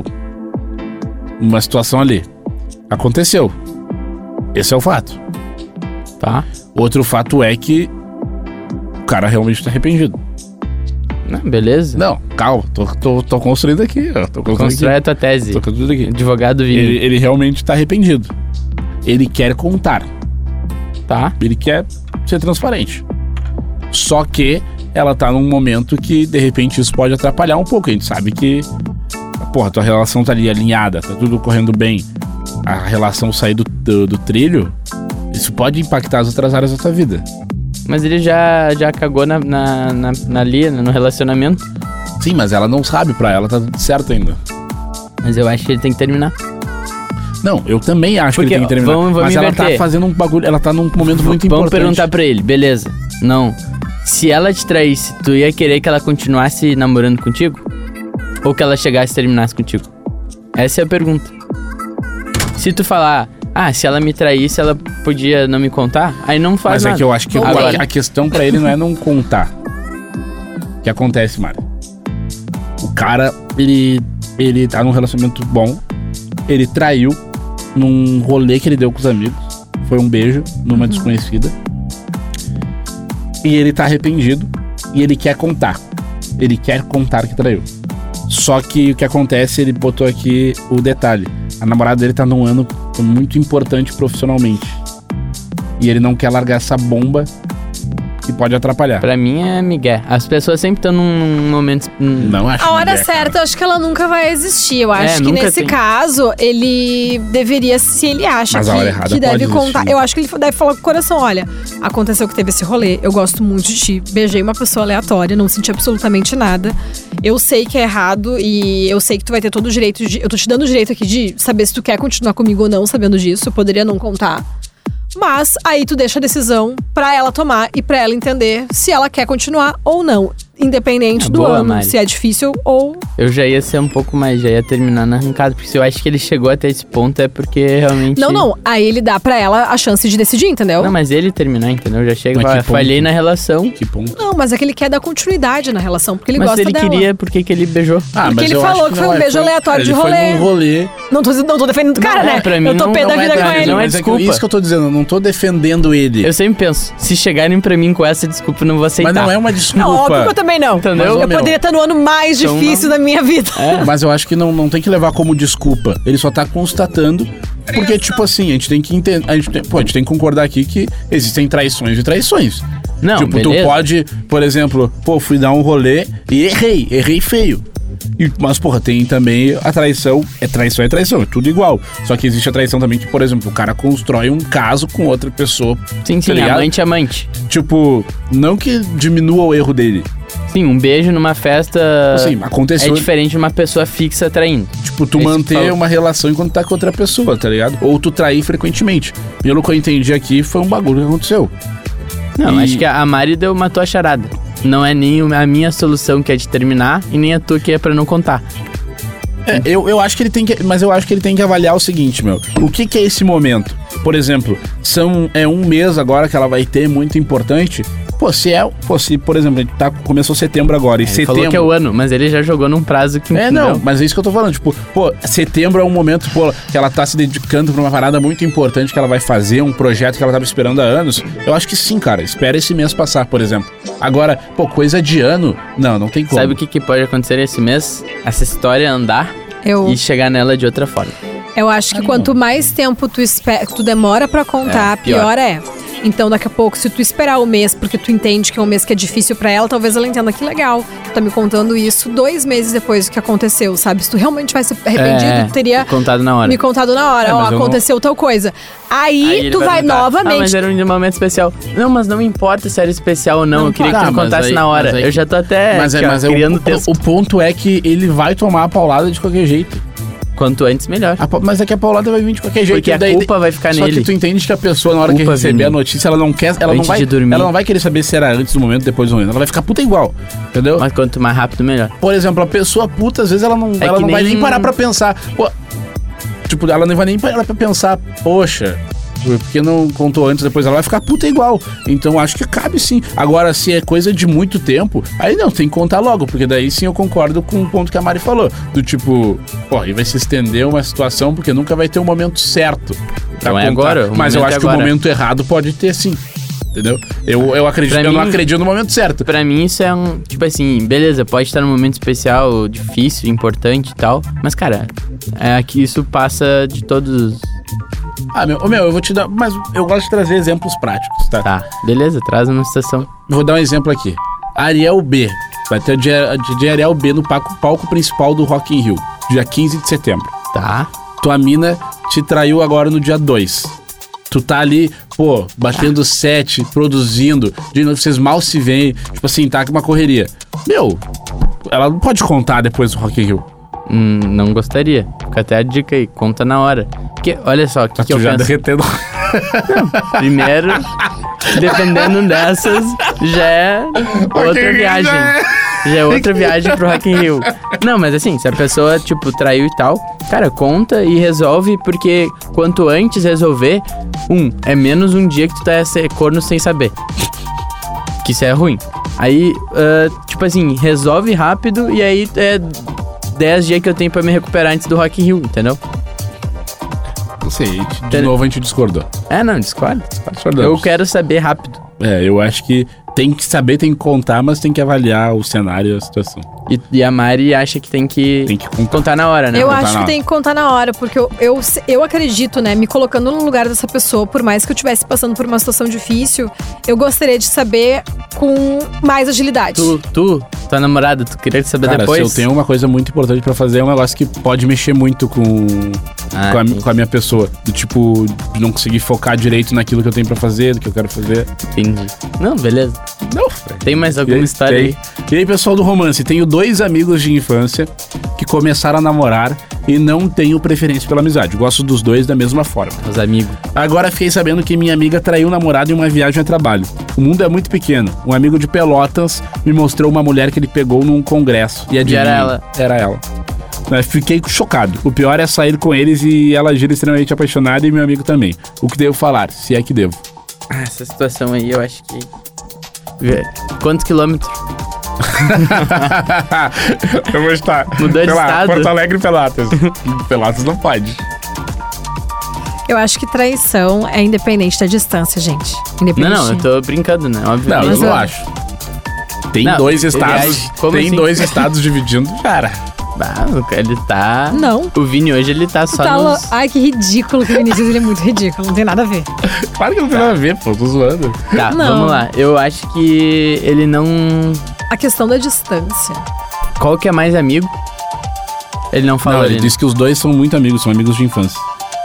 Uma situação ali. Aconteceu. Esse é o fato. Tá. Outro fato é que o cara realmente tá arrependido. Não, beleza. Não, calma, tô construindo aqui. Constrói a tua tese. Tô construindo aqui. Advogado Vini. Ele realmente tá arrependido. Ele quer contar. Tá. Ele quer ser transparente. Só que ela tá num momento que, de repente, isso pode atrapalhar um pouco. A gente sabe que, tua relação tá ali alinhada, tá tudo correndo bem. A relação sair do trilho, isso pode impactar as outras áreas da tua vida. Mas ele já cagou no relacionamento. Sim, mas ela não sabe, pra ela tá tudo certo ainda. Mas eu acho que ele tem que terminar. Não, eu também acho que ele tem que terminar. Vamos mas inverter. Ela tá fazendo um bagulho, ela tá num momento muito importante. Vamos perguntar pra ele, beleza. Não. Se ela te traísse, tu ia querer que ela continuasse namorando contigo? Ou que ela chegasse e terminasse contigo? Essa é a pergunta. Se tu falar, se ela me traísse, ela podia não me contar? Aí não faz nada. Mas é que eu acho que Agora, a questão pra ele não é não contar. O que acontece, Mário? O cara, ele tá num relacionamento bom, ele traiu num rolê que ele deu com os amigos, foi um beijo numa desconhecida, e ele tá arrependido, e ele quer contar. Ele quer contar que traiu. Só que o que acontece, ele botou aqui o detalhe. A namorada dele tá num ano muito importante profissionalmente. E ele não quer largar essa bomba que pode atrapalhar. pra mim é migué. As pessoas sempre estão num momento... Não acho A hora mulher, certa, cara. eu acho que ela nunca vai existir. Eu acho que nunca nesse tem. caso, ele deveria, se ele acha Mas a hora errada que deve pode contar. existir. Eu acho que ele deve falar com o coração: olha, aconteceu que teve esse rolê, eu gosto muito de ti, beijei uma pessoa aleatória, não senti absolutamente nada. Eu sei que é errado e eu sei que tu vai ter todo o direito de. Eu tô te dando o direito aqui de saber se tu quer continuar comigo ou não, sabendo disso. Eu poderia não contar. Mas aí tu deixa a decisão pra ela tomar e pra ela entender se ela quer continuar ou não. Independente do Boa, ano, Mari. se é difícil ou... Eu já ia ser um pouco mais, já ia terminar na arrancada. Porque se eu acho que ele chegou até esse ponto é porque realmente... Não. Aí ele dá pra ela a chance de decidir, entendeu? Não, mas ele terminar, entendeu? Já chega e Mas fala, que ponto? falhei na relação. Que ponto? Não, mas é que ele quer dar continuidade na relação, porque ele Mas gosta se ele dela. queria, por que que ele beijou? Porque ele falou que foi um beijo aleatório de rolê. Ele foi num rolê. Não tô defendendo o cara, Não, né? pra mim eu tô não- pé da não é vida pra com mim, ele. não é Mas desculpa. isso que eu tô dizendo, eu não tô defendendo ele. Eu sempre penso, se chegarem pra mim com essa desculpa, eu não vou aceitar. Mas não é uma desculpa. Não, óbvio que eu também não. Entendeu? Mas, ô, Eu meu, poderia estar no ano mais Então difícil da minha vida. Mas eu acho que não tem que levar como desculpa. Ele só tá constatando. Porque, tipo assim, a gente tem que entender. A gente tem que concordar aqui que existem traições e traições. Não, tipo, beleza. tu pode, por exemplo, fui dar um rolê e errei feio. Mas, porra, tem também a traição. É traição, é tudo igual. Só que existe a traição também que, por exemplo, o cara constrói um caso com outra pessoa. Sim, tá ligado? amante. Tipo, não que diminua o erro dele. Sim, um beijo numa festa Assim, aconteceu. é diferente de uma pessoa fixa traindo. Tipo, tu É isso que manter falou. uma relação enquanto tá com outra pessoa, tá ligado? Ou tu trair frequentemente. Pelo que eu entendi aqui, foi um bagulho que aconteceu. Não, E- acho que a Mari matou a charada. Não é nem a minha solução que é de terminar e nem a tua que é pra não contar. Eu acho que ele tem que. Mas eu acho que ele tem que avaliar o seguinte, meu. O que é esse momento? Por exemplo, é um mês agora que ela vai ter muito importante. Se, por exemplo, a gente começou setembro agora, e Ele setembro. falou que é o ano, mas ele já jogou num prazo que Não, mas é isso que eu tô falando. Tipo, setembro é um momento, que ela tá se dedicando pra uma parada muito importante que ela vai fazer, um projeto que ela tava esperando há anos. Eu acho que sim, cara. Espera esse mês passar, por exemplo. Agora, coisa de ano, não tem como. Sabe o que pode acontecer esse mês? Essa história andar Eu, e chegar nela de outra forma. eu acho que quanto mais tempo tu demora pra contar, pior. pior é. Então, daqui a pouco, se tu esperar o mês, porque tu entende que é um mês que é difícil pra ela, talvez ela entenda que legal. Tu tá me contando isso 2 meses depois do que aconteceu, sabe? Se tu realmente vai ser arrependido, tu teria contado na hora. me contado na hora. mas eu não- Aconteceu tal coisa. Aí ele tu vai contar. novamente. Ah, mas era um momento especial. Não, mas não importa se era especial ou não. Eu queria que tu me mas contasse aí- na hora. mas aí- Eu já tô até Mas, aqui, ó, criando texto. o ponto é que ele vai tomar a paulada de qualquer jeito. Quanto antes, melhor. Mas é que a paulada vai vir de qualquer jeito. Porque a culpa vai ficar só nele. que tu entende que a pessoa, na hora que Culpa, receber Vini. a notícia, ela não quer. Ela não, Antes vai, de dormir. ela não vai querer saber se era antes do momento, depois do momento. Ela vai ficar puta igual. Entendeu? Mas quanto mais rápido, melhor. Por exemplo, a pessoa puta, às vezes ela não, É ela que não vai nem- nem parar pra pensar. Tipo, ela não vai nem parar pra pensar, poxa, porque não contou antes, depois ela vai ficar puta igual. Então acho que cabe sim. Agora, se é coisa de muito tempo, aí não, tem que contar logo, porque daí sim eu concordo com o ponto que a Mari falou. Do tipo, aí vai se estender uma situação, porque nunca vai ter um momento certo pra Não é contar. agora, o Mas eu momento acho é que o agora. momento errado pode ter sim. Entendeu? Eu acredito, Pra eu não mim- acredito no momento certo. Pra mim isso é um, tipo assim, beleza, pode estar num momento especial, difícil, importante e tal, mas cara, é que isso passa de todos os... Eu vou te dar. Mas eu gosto de trazer exemplos práticos, tá? Tá, beleza, traz uma situação. Vou dar um exemplo aqui. Ariel B. Vai ter o DJ Ariel B no palco principal do Rock in Rio, dia 15 de setembro. Tá, Tua mina te traiu agora no dia 2. Tu tá ali, batendo set, produzindo, de novo, vocês mal se veem, tipo assim, tá com uma correria. Ela não pode contar depois do Rock in Rio. não gostaria. Fica até a dica aí, conta na hora. Porque, olha só, o que eu Tu já penso? derretendo. Primeiro, dependendo dessas, já é outra viagem. Já é outra viagem pro Rock in Rio. Não, mas assim, se a pessoa, tipo, traiu e tal, cara, conta e resolve, porque quanto antes resolver, é menos um dia que tu tá ser corno sem saber. Que isso é ruim. Aí, tipo assim, resolve rápido e aí é 10 dias que eu tenho pra me recuperar antes do Rock in Rio, entendeu? Não sei, de novo a gente discordou. Não, discorda. Discordamos. Eu quero saber rápido. Eu acho que tem que saber, tem que contar, mas tem que avaliar o cenário e a situação. E a Mari acha que tem que contar na hora, né? Eu acho que tem que contar na hora, porque eu acredito, né, me colocando no lugar dessa pessoa, por mais que eu estivesse passando por uma situação difícil, eu gostaria de saber com mais agilidade. Tua namorada, tu queria saber depois? Se eu tenho uma coisa muito importante pra fazer, é um negócio que pode mexer muito com a minha pessoa. Do tipo, de não conseguir focar direito naquilo que eu tenho pra fazer, do que eu quero fazer. Entendi. Não, beleza. Não. Tem mais alguma história aí? E aí, pessoal do romance, tenho 2 amigos de infância que começaram a namorar e não tenho preferência pela amizade. Gosto dos 2 da mesma forma. Os amigos. Agora fiquei sabendo que minha amiga traiu o namorado em uma viagem a trabalho. O mundo é muito pequeno. Um amigo de Pelotas me mostrou uma mulher que ele pegou num congresso. E adivinha? Era ela. Fiquei chocado. O pior é sair com eles e ela gira extremamente apaixonada e meu amigo também. O que devo falar? Se é que devo. Essa situação aí eu acho que... Quantos quilômetros? Eu vou estar. Mudou de estado? Porto Alegre e Pelotas. Pelotas não pode. Eu acho que traição é independente da distância, gente. Não, eu tô brincando, né? Óbvio. Não, eu não acho. Tem 2 estados. Tem assim? 2 estados dividindo, cara. Ele tá... Não. O Vini hoje, ele tá só nos... Ai, que ridículo que o Vinícius, ele é muito ridículo. Não tem nada a ver. Claro que não tem nada a ver, pô. Tô zoando. Tá, não. Vamos lá. Eu acho que ele não... A questão da distância. Qual que é mais amigo? Ele não falou. Não, ele disse que os 2 são muito amigos, são amigos de infância.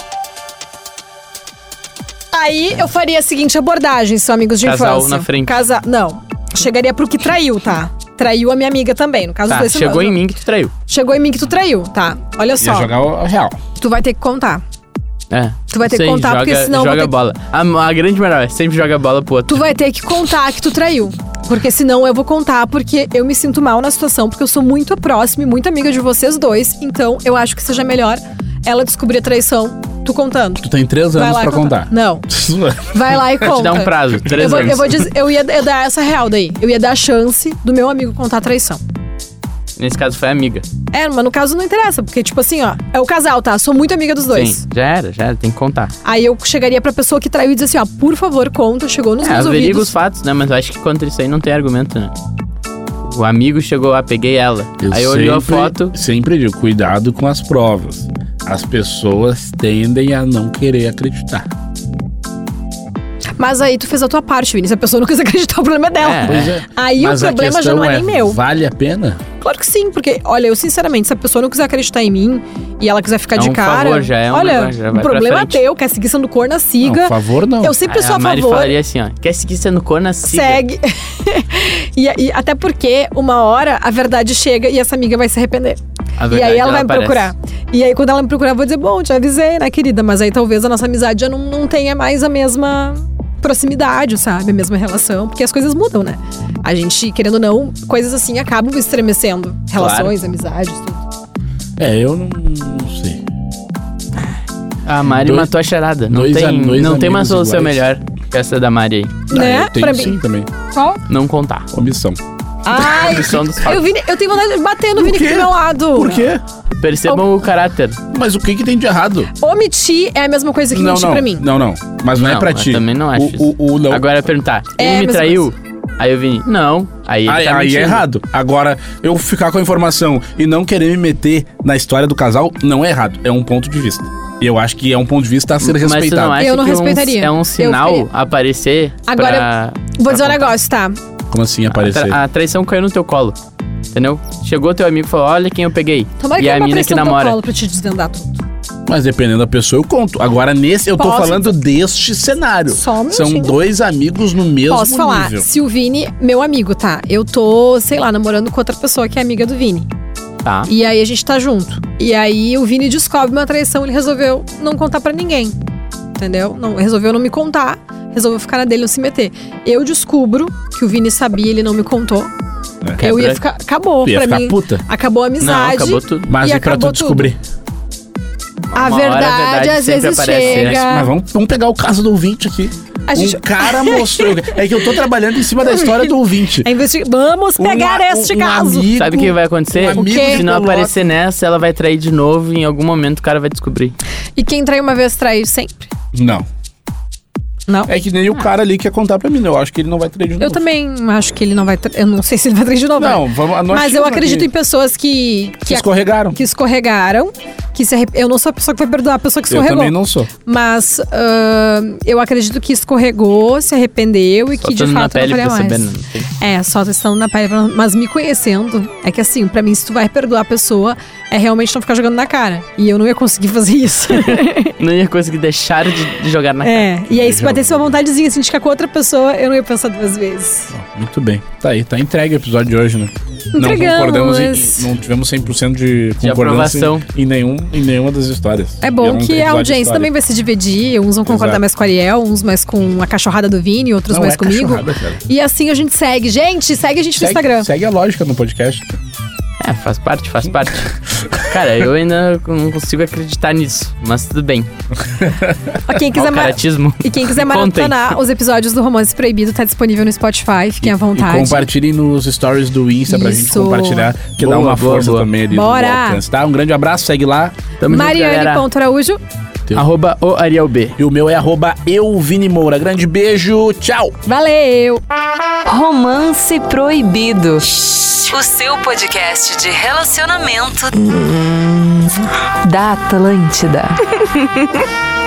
Aí eu faria a seguinte abordagem, são amigos de infância. Casal na frente. Não. Chegaria pro que traiu, tá? Traiu a minha amiga também, no caso dos 2 chegou em mim que tu traiu. Chegou em mim que tu traiu, tá? Olha só. Ia jogar o real. Tu vai ter que contar. Tu vai ter que contar, porque senão... Joga bola. A grande melhor, sempre joga bola pro outro. Tu vai ter que contar que tu traiu. Porque senão eu vou contar, porque eu me sinto mal na situação, porque eu sou muito próxima e muito amiga de vocês 2. Então, eu acho que seja melhor ela descobrir a traição, tu contando. Tu tem 3 anos pra contar. Não. Vai lá e conta. Te dá um prazo, 3 anos. Eu vou dizer, eu ia dar essa real daí. Eu ia dar a chance do meu amigo contar a traição. Nesse caso foi amiga. Mas no caso não interessa, porque tipo assim, ó, é o casal, tá? Sou muito amiga dos 2. Sim, já era, tem que contar. Aí eu chegaria pra pessoa que traiu e dizer assim, ó, por favor, conta, chegou nos meus averiga ouvidos. Os fatos, né? Mas eu acho que contra isso aí não tem argumento, né? O amigo chegou, peguei ela. Aí olhou a foto. Sempre digo, cuidado com as provas. As pessoas tendem a não querer acreditar. Mas aí tu fez a tua parte, Vini. Se a pessoa não quis acreditar, o problema é dela. Pois é. Aí mas o problema já não é nem meu. Vale a pena? Claro que sim, porque, olha, eu sinceramente, se a pessoa não quiser acreditar em mim e ela quiser ficar de cara... Favor, já é olha, negócio, já o problema é teu, quer seguir sendo corna, siga. Não, favor não. Eu sempre sou a Mari favor. Falaria assim, ó, quer seguir sendo corna, siga. Segue. e até porque, uma hora, a verdade chega e essa amiga vai se arrepender. E aí ela vai me procurar. E aí quando ela me procurar, eu vou dizer, bom, te avisei, né, querida? Mas aí talvez a nossa amizade já não tenha mais a mesma... proximidade, sabe? A mesma relação, porque as coisas mudam, né? A gente, querendo ou não, coisas assim acabam estremecendo. Relações, amizades, tudo. Eu não sei. A Mari matou a charada. Não tem uma solução melhor que essa da Mari aí. Né? Tenho, pra mim. Também. Qual? Não contar. Omissão. Ai, eu tenho vontade de bater no Vini aqui do meu lado. Por quê? Percebam o caráter. Mas o que tem de errado? Omitir é a mesma coisa que mentir pra mim. Não. Mas não é pra ti. Eu também não acho isso. Não. Agora é perguntar, ele me traiu? Aí eu vim, não. Aí ele tá aí é errado. Agora, eu ficar com a informação e não querer me meter na história do casal, não é errado. É um ponto de vista. E eu acho que é um ponto de vista a ser respeitado. Mas você não acha eu não que respeitaria. É um sinal aparecer agora, vou dizer um negócio, tá? Como assim aparecer? A traição caiu no teu colo. Entendeu? Chegou teu amigo e falou, olha quem eu peguei. Tomara e a mina que namora. Colo pra te desvendar tudo. Mas dependendo da pessoa, eu conto. Agora, eu tô falando deste cenário. Só um São 2 amigos no mesmo nível. Posso falar, se o Vini, meu amigo, tá? Eu tô, sei lá, namorando com outra pessoa que é amiga do Vini. Tá. E aí a gente tá junto. E aí o Vini descobre uma traição, ele resolveu não contar pra ninguém. Entendeu? Resolveu não me contar, resolveu ficar na dele, não se meter. Eu descubro que o Vini sabia, ele não me contou. Eu ia ficar... Acabou ia pra ficar mim. puta? Acabou a amizade. Não, acabou tudo. Mas E e pra tu acabou descobrir? A Uma hora a verdade verdade às sempre vezes aparece, né? chega. Mas vamos pegar o caso do ouvinte aqui. Um cara mostrou... É que eu tô trabalhando em cima da história do ouvinte. Vamos pegar este caso. Amigo, Sabe o que vai acontecer? amigo quê? Se não pelota. aparecer nessa, ela vai trair de novo e em algum momento o cara vai descobrir. E quem trai uma vez, trai sempre. Não. Não? É que nem o cara ali que ia contar pra mim. Eu acho que ele não vai trair de novo. Eu também acho que ele não vai... Eu não sei se ele vai trair de novo. Não, vamos... Mas eu acredito em pessoas que escorregaram. que escorregaram, que eu não sou a pessoa que vai perdoar a pessoa que Eu escorregou. também não sou. Mas eu acredito que escorregou, se arrependeu e Só que de estando na fato não pele faria mais. percebendo. Não tem. Só estando na pele. Mas me conhecendo, é que assim, pra mim, se tu vai perdoar a pessoa, é realmente não ficar jogando na cara. E eu não ia conseguir fazer isso. Não ia conseguir deixar de jogar na cara. E aí se batesse uma vontadezinha assim de ficar com outra pessoa, eu não ia pensar duas vezes. Muito bem. Tá aí, tá entregue o episódio de hoje, né? Entregamos. Não concordamos não tivemos 100% de concordância aprovação. em nenhuma das histórias. É E bom um que a episódio de audiência história. também vai se dividir. Uns vão concordar Exato. mais com a Ariel, uns mais com a cachorrada do Vini, outros Não mais é comigo. cachorrada, cara. E assim a gente segue. Gente, segue a gente no Instagram. Segue a lógica no podcast. Faz parte. Cara, eu ainda não consigo acreditar nisso, mas tudo bem. Ó, quem quiser Caratismo. E quem quiser Contem. maratonar os episódios do Romance Proibido, tá disponível no Spotify. Fiquem à E vontade. compartilhem nos stories do Insta pra gente Isso. compartilhar, que dá Boa, uma boa, força boa. também ali Bora. no alcance, tá? Um grande abraço, segue lá. Tamo junto, galera. Mariane.Araújo. @o Ariel B. E o meu é @euvini_moura. Grande beijo, tchau! Valeu! Romance Proibido. O seu podcast de relacionamento da Atlântida.